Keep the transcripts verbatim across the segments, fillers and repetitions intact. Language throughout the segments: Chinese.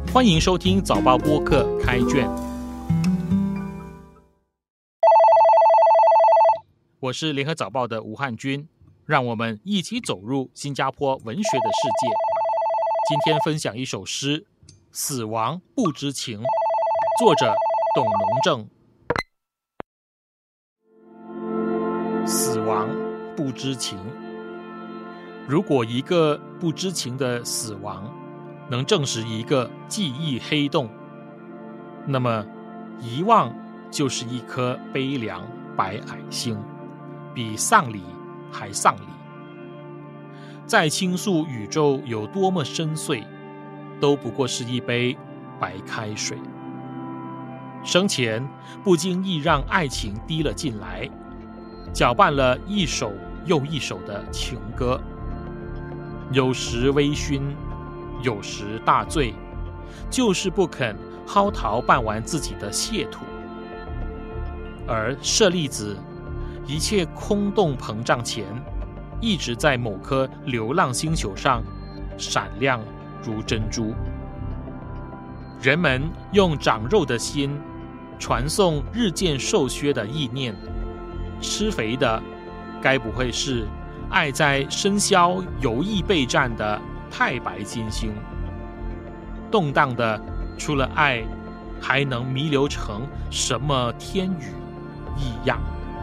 欢迎收听早报播客开卷，我是联合早报的吴汉君，让我们一起走入新加坡文学的世界。今天分享一首诗《死亡不知情》，作者董农正。死亡不知情，如果一个不知情的死亡能证实一个记忆黑洞，那么遗忘就是一颗悲凉白矮星，比丧礼还丧礼。再倾诉宇宙有多么深邃，都不过是一杯白开水。生前不经意让爱情滴了进来，搅拌了一首又一首的情歌，有时微醺，有时大醉，就是不肯嚎啕办完自己的谢土。而舍利子，一切空洞膨胀前，一直在某颗流浪星球上闪亮如珍珠。人们用长肉的心传送日渐瘦削的意念，吃肥的该不会是爱在深宵游弋备战的太白金星？动荡的除了爱，还能弥留成什么天宇异样？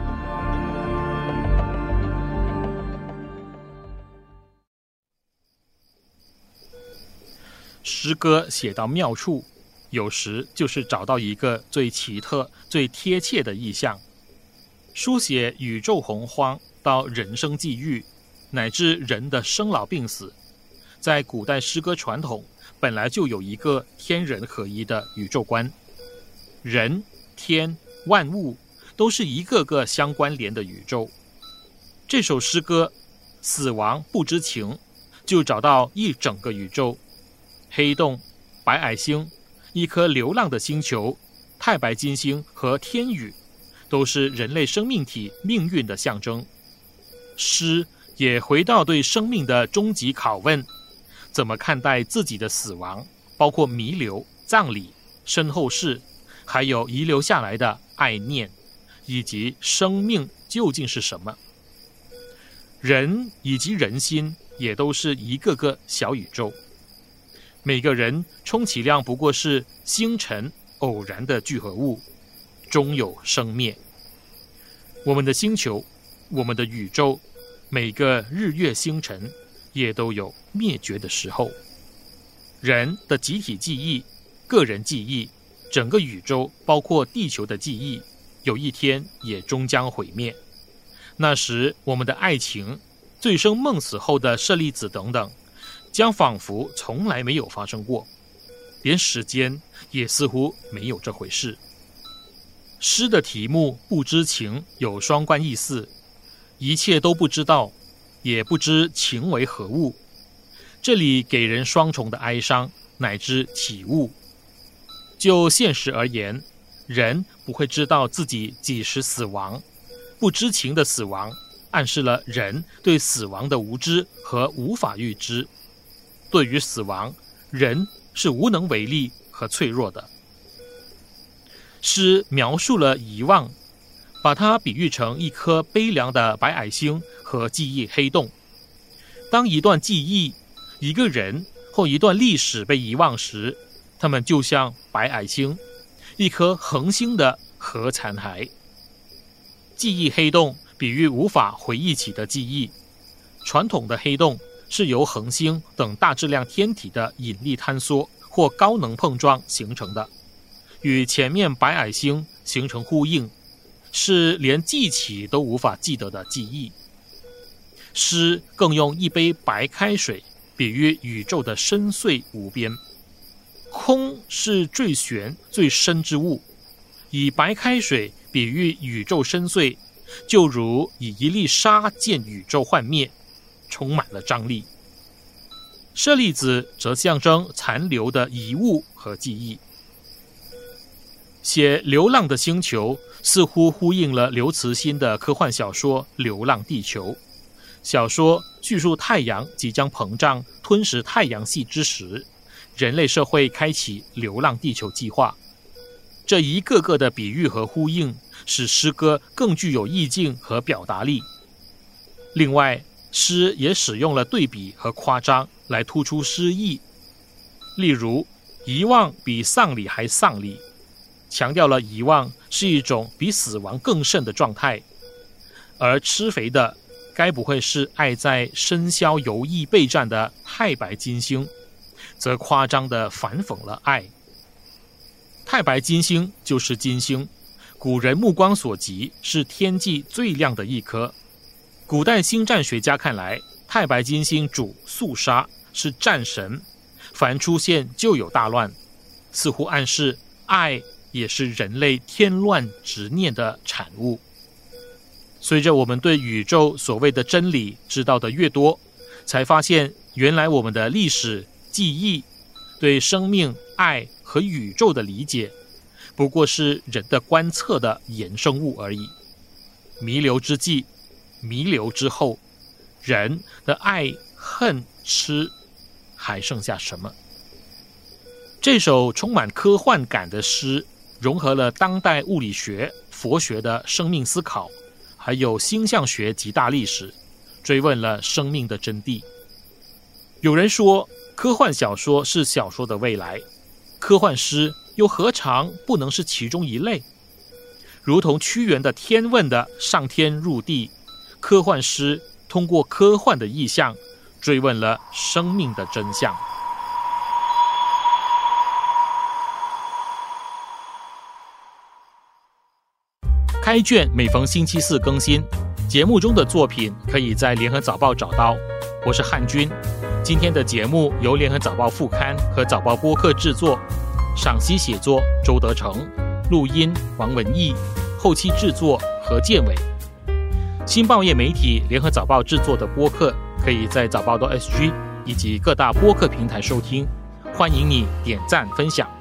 诗歌写到妙处，有时就是找到一个最奇特、最贴切的意象。书写宇宙洪荒到人生际遇，乃至人的生老病死，在古代诗歌传统本来就有一个天人合一的宇宙观，人、天、万物都是一个个相关联的宇宙。这首诗歌《死亡不知情》就找到一整个宇宙，黑洞、白矮星、一颗流浪的星球、太白金星和天宇，都是人类生命体命运的象征。诗也回到对生命的终极拷问：怎么看待自己的死亡，包括弥留、葬礼、身后事，还有遗留下来的爱念，以及生命究竟是什么？人以及人心也都是一个个小宇宙，每个人充其量不过是星辰偶然的聚合物，终有生灭。我们的星球，我们的宇宙，每个日月星辰也都有灭绝的时候。人的集体记忆、个人记忆，整个宇宙包括地球的记忆，有一天也终将毁灭。那时我们的爱情、醉生梦死后的舍利子等等，将仿佛从来没有发生过，连时间也似乎没有这回事。诗的题目不知情有双关意思，一切都不知道，也不知情为何物。这里给人双重的哀伤乃至体悟。就现实而言，人不会知道自己几时死亡，不知情的死亡暗示了人对死亡的无知和无法预知。对于死亡，人是无能为力和脆弱的。诗描述了遗忘，把它比喻成一颗悲凉的白矮星和记忆黑洞。当一段记忆、一个人或一段历史被遗忘时，它们就像白矮星，一颗恒星的核残骸。记忆黑洞比喻无法回忆起的记忆。传统的黑洞是由恒星等大质量天体的引力坍缩或高能碰撞形成的，与前面白矮星形成呼应，是连记起都无法记得的记忆。诗更用一杯白开水比喻宇宙的深邃无边。空是最玄最深之物，以白开水比喻宇宙深邃，就如以一粒沙见宇宙幻灭，充满了张力。舍利子则象征残留的遗物和记忆。写流浪的星球似乎呼应了刘慈欣的科幻小说《流浪地球》。小说叙述太阳即将膨胀吞噬太阳系之时， 人类社会开启流浪地球计划。这一个个的比喻和呼应，使诗歌更具有意境和表达力。另外，诗也使用了对比和夸张来突出诗意。例如，遗忘比丧礼还丧礼，强调了遗忘是一种比死亡更甚的状态。而吃肥的，该不会是爱在深宵游弋备战的太白金星，则夸张地反讽了爱。太白金星就是金星，古人目光所及，是天际最亮的一颗。古代星战学家看来，太白金星主肃杀，是战神，凡出现就有大乱，似乎暗示爱也是人类添乱执念的产物。随着我们对宇宙所谓的真理知道的越多，才发现原来我们的历史记忆对生命、爱和宇宙的理解，不过是人的观测的衍生物而已。弥留之际，弥留之后，人的爱、恨、痴，还剩下什么？这首充满科幻感的诗，融合了当代物理学、佛学的生命思考，还有星象学及大历史，追问了生命的真谛。有人说，科幻小说是小说的未来，科幻诗又何尝不能是其中一类？如同屈原的天问的上天入地，科幻诗通过科幻的意象，追问了生命的真相。开卷每逢星期四更新，节目中的作品可以在联合早报找到。我是汉君，今天的节目由联合早报副刊和早报播客制作，赏析写作周德成，录音王文义，后期制作何建伟。新报业媒体联合早报制作的播客，可以在早报的 S G 以及各大播客平台收听，欢迎你点赞分享。